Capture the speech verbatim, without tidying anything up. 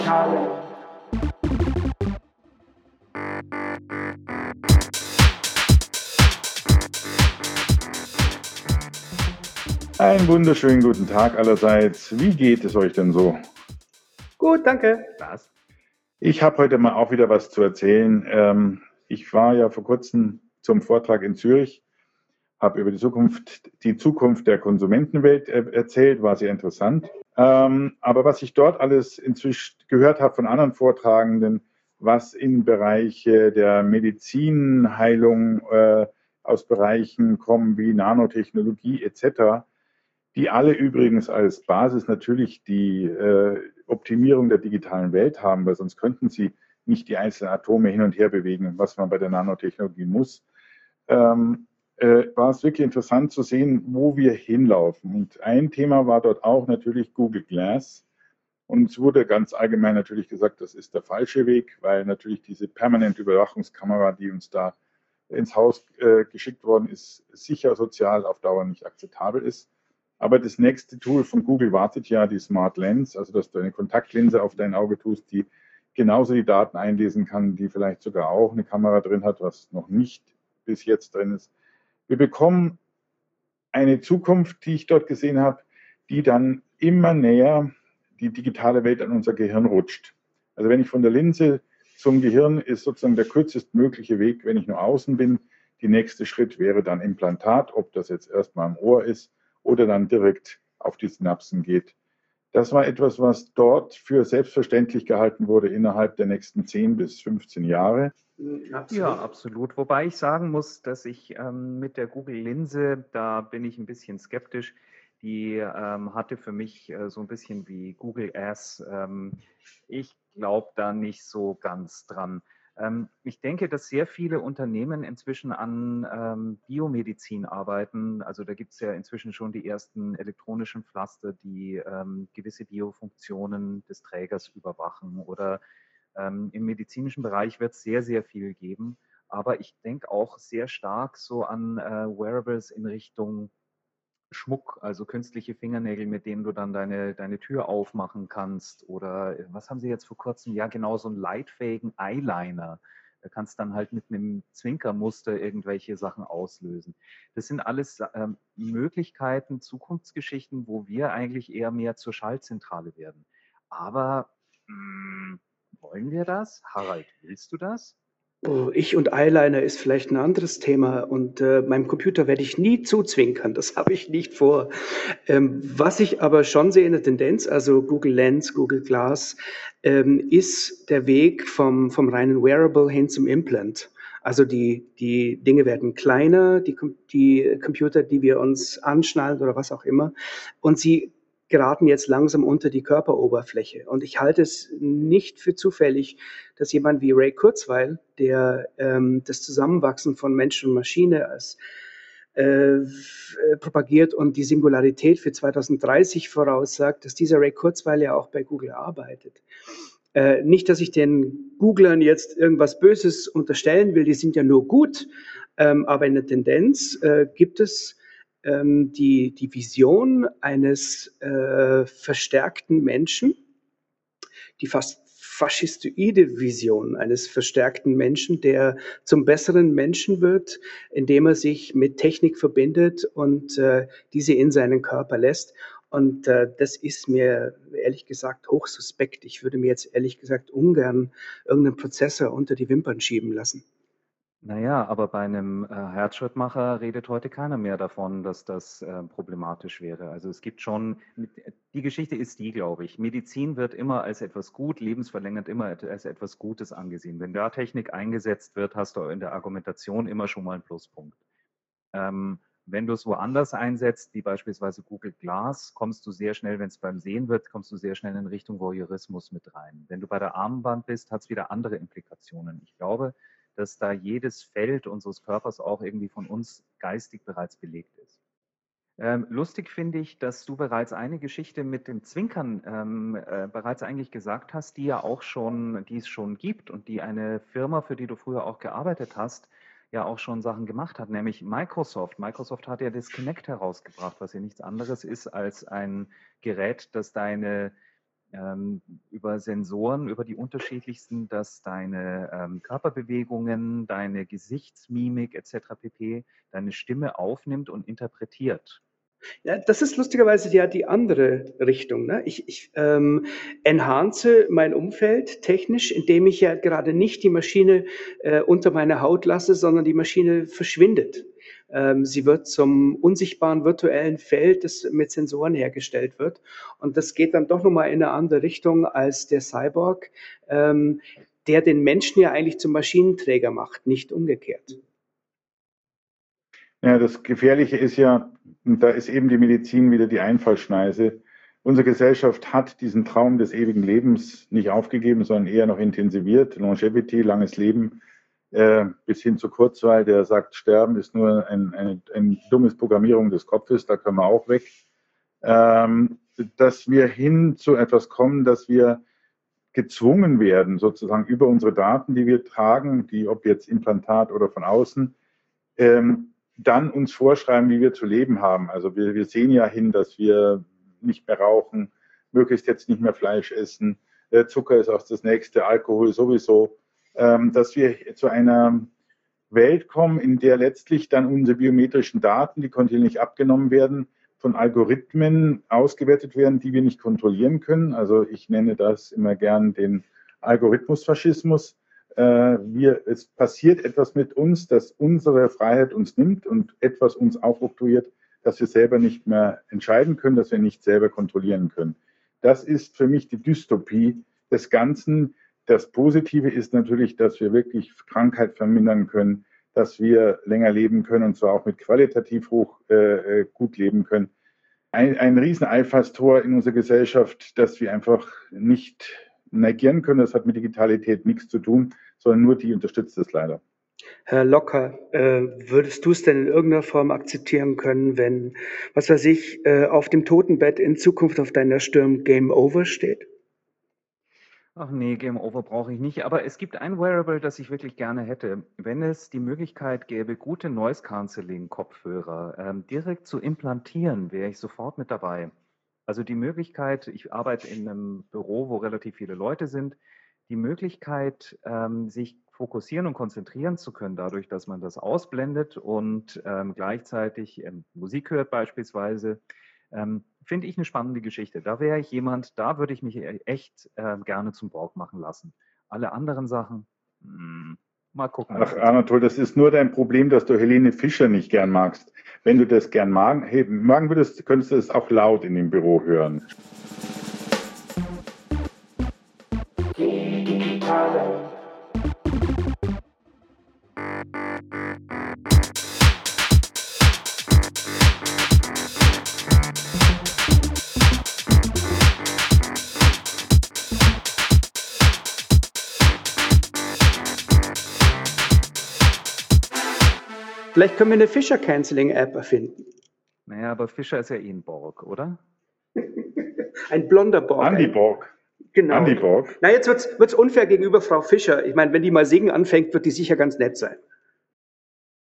digitale. Einen wunderschönen guten Tag allerseits. Wie geht es euch denn so? Gut, danke. Was? Ich habe heute mal auch wieder was zu erzählen. Ähm, ich war ja vor kurzem zum Vortrag in Zürich, habe über die Zukunft, die Zukunft der Konsumentenwelt äh, erzählt, war sehr interessant. Ähm, aber was ich dort alles inzwischen gehört habe von anderen Vortragenden, was in Bereiche der Medizinheilung äh, aus Bereichen kommen wie Nanotechnologie et cetera, die alle übrigens als Basis natürlich die äh, Optimierung der digitalen Welt haben, weil sonst könnten sie nicht die einzelnen Atome hin und her bewegen, was man bei der Nanotechnologie muss. Ähm, äh, war es wirklich interessant zu sehen, wo wir hinlaufen. Und ein Thema war dort auch natürlich Google Glass. Und es wurde ganz allgemein natürlich gesagt, das ist der falsche Weg, weil natürlich diese permanente Überwachungskamera, die uns da ins Haus äh, geschickt worden ist, sicher sozial auf Dauer nicht akzeptabel ist. Aber das nächste Tool von Google wartet ja, die Smart Lens, also dass du eine Kontaktlinse auf dein Auge tust, die genauso die Daten einlesen kann, die vielleicht sogar auch eine Kamera drin hat, was noch nicht bis jetzt drin ist. Wir bekommen eine Zukunft, die ich dort gesehen habe, die dann immer näher die digitale Welt an unser Gehirn rutscht. Also wenn ich von der Linse zum Gehirn ist sozusagen der kürzestmögliche Weg, wenn ich nur außen bin. Der nächste Schritt wäre dann Implantat, ob das jetzt erstmal im Ohr ist oder dann direkt auf die Synapsen geht. Das war etwas, was dort für selbstverständlich gehalten wurde innerhalb der nächsten zehn bis fünfzehn Jahre. Absolut. Ja, absolut. Wobei ich sagen muss, dass ich ähm, mit der Google-Linse, da bin ich ein bisschen skeptisch. Die ähm, hatte für mich äh, so ein bisschen wie Google Ass. Ähm, ich glaube da nicht so ganz dran. Ähm, ich denke, dass sehr viele Unternehmen inzwischen an ähm, Biomedizin arbeiten. Also da gibt es ja inzwischen schon die ersten elektronischen Pflaster, die ähm, gewisse Biofunktionen des Trägers überwachen. Oder ähm, im medizinischen Bereich wird es sehr, sehr viel geben. Aber ich denke auch sehr stark so an äh, Wearables in Richtung Schmuck, also künstliche Fingernägel, mit denen du dann deine, deine Tür aufmachen kannst. Oder was haben sie jetzt vor kurzem? Ja, genau, so einen leitfähigen Eyeliner. Da kannst du dann halt mit einem Zwinkermuster irgendwelche Sachen auslösen. Das sind alles ähm, Möglichkeiten, Zukunftsgeschichten, wo wir eigentlich eher mehr zur Schaltzentrale werden. Aber mh, wollen wir das? Harald, willst du das? Oh, ich und Eyeliner ist vielleicht ein anderes Thema und äh, meinem Computer werde ich nie zuzwinkern, das habe ich nicht vor. Ähm, was ich aber schon sehe in der Tendenz, also Google Lens, Google Glass, ähm, ist der Weg vom, vom reinen Wearable hin zum Implant. Also die, die Dinge werden kleiner, die, die Computer, die wir uns anschnallen oder was auch immer, und sie geraten jetzt langsam unter die Körperoberfläche. Und ich halte es nicht für zufällig, dass jemand wie Ray Kurzweil, der ähm, das Zusammenwachsen von Mensch und Maschine als äh, propagiert und die Singularität für zwanzig dreißig voraussagt, dass dieser Ray Kurzweil ja auch bei Google arbeitet. Äh, nicht, dass ich den Googlern jetzt irgendwas Böses unterstellen will, die sind ja nur gut, ähm, aber in der Tendenz äh, gibt es ähm, die, die Vision eines äh, verstärkten Menschen, die fast faschistoide Vision eines verstärkten Menschen, der zum besseren Menschen wird, indem er sich mit Technik verbindet und äh, diese in seinen Körper lässt. Und äh, das ist mir ehrlich gesagt hochsuspekt. Ich würde mir jetzt ehrlich gesagt ungern irgendeinen Prozessor unter die Wimpern schieben lassen. Naja, aber bei einem äh, Herzschrittmacher redet heute keiner mehr davon, dass das äh, problematisch wäre. Also es gibt schon, die Geschichte ist die, glaube ich. Medizin wird immer als etwas gut, lebensverlängernd immer als etwas Gutes angesehen. Wenn da Technik eingesetzt wird, hast du in der Argumentation immer schon mal einen Pluspunkt. Ähm, wenn du es woanders einsetzt, wie beispielsweise Google Glass, kommst du sehr schnell, wenn es beim Sehen wird, kommst du sehr schnell in Richtung Voyeurismus mit rein. Wenn du bei der Armband bist, hat es wieder andere Implikationen. Ich glaube, dass da jedes Feld unseres Körpers auch irgendwie von uns geistig bereits belegt ist. Ähm, lustig finde ich, dass du bereits eine Geschichte mit dem Zwinkern ähm, äh, bereits eigentlich gesagt hast, die ja auch schon, die es schon gibt und die eine Firma, für die du früher auch gearbeitet hast, ja auch schon Sachen gemacht hat, nämlich Microsoft. Microsoft hat ja das Kinect herausgebracht, was ja nichts anderes ist als ein Gerät, das deine ähm, über Sensoren, über die unterschiedlichsten, dass deine ähm, Körperbewegungen, deine Gesichtsmimik et cetera pp. Deine Stimme aufnimmt und interpretiert. Ja, das ist lustigerweise ja die andere Richtung. Ne? Ich, ich ähm, enhance mein Umfeld technisch, indem ich ja gerade nicht die Maschine äh, unter meine Haut lasse, sondern die Maschine verschwindet. Ähm, sie wird zum unsichtbaren virtuellen Feld, das mit Sensoren hergestellt wird. Und das geht dann doch nochmal in eine andere Richtung als der Cyborg, ähm, der den Menschen ja eigentlich zum Maschinenträger macht, nicht umgekehrt. Ja, das Gefährliche ist ja, und da ist eben die Medizin wieder die Einfallschneise. Unsere Gesellschaft hat diesen Traum des ewigen Lebens nicht aufgegeben, sondern eher noch intensiviert. Longevity, langes Leben, äh, bis hin zu Kurzweil, der sagt, Sterben ist nur ein, ein, ein dummes Programmierung des Kopfes, da können wir auch weg. Ähm, dass wir hin zu etwas kommen, dass wir gezwungen werden, sozusagen über unsere Daten, die wir tragen, die ob jetzt Implantat oder von außen, ähm, dann uns vorschreiben, wie wir zu leben haben. Also wir, wir sehen ja hin, dass wir nicht mehr rauchen, möglichst jetzt nicht mehr Fleisch essen, äh, Zucker ist auch das nächste, Alkohol sowieso, ähm, dass wir zu einer Welt kommen, in der letztlich dann unsere biometrischen Daten, die kontinuierlich abgenommen werden, von Algorithmen ausgewertet werden, die wir nicht kontrollieren können. Also ich nenne das immer gern den Algorithmusfaschismus. Wir, es passiert etwas mit uns, das unsere Freiheit uns nimmt und etwas uns aufoktroyiert, dass wir selber nicht mehr entscheiden können, dass wir nicht selber kontrollieren können. Das ist für mich die Dystopie des Ganzen. Das Positive ist natürlich, dass wir wirklich Krankheit vermindern können, dass wir länger leben können und zwar auch mit qualitativ hoch äh, gut leben können. Ein, ein riesen Einfallstor in unserer Gesellschaft, das wir einfach nicht negieren können. Das hat mit Digitalität nichts zu tun, sondern nur die unterstützt es leider. Herr Locker, äh, würdest du es denn in irgendeiner Form akzeptieren können, wenn, was weiß ich, äh, auf dem Totenbett in Zukunft auf deiner Stirn Game Over steht? Ach nee, Game Over brauche ich nicht. Aber es gibt ein Wearable, das ich wirklich gerne hätte. Wenn es die Möglichkeit gäbe, gute Noise-Canceling-Kopfhörer ähm, direkt zu implantieren, wäre ich sofort mit dabei. Also die Möglichkeit, ich arbeite in einem Büro, wo relativ viele Leute sind, die Möglichkeit, ähm, sich fokussieren und konzentrieren zu können, dadurch, dass man das ausblendet und ähm, gleichzeitig ähm, Musik hört beispielsweise, ähm, finde ich eine spannende Geschichte. Da wäre ich jemand, da würde ich mich echt äh, gerne zum Borg machen lassen. Alle anderen Sachen, mh, mal gucken. Ach, Anatol, das ist nur dein Problem, dass du Helene Fischer nicht gern magst. Wenn du das gern magen, hey, magen würdest, könntest du es auch laut in dem Büro hören. Digitale. Vielleicht können wir eine Fischer-Canceling-App erfinden. Naja, aber Fischer ist ja eh ein Borg, oder? Ein blonder Borg. Andy Borg. Genau. Andy Borg. Na, jetzt wird es unfair gegenüber Frau Fischer. Ich meine, wenn die mal singen anfängt, wird die sicher ganz nett sein.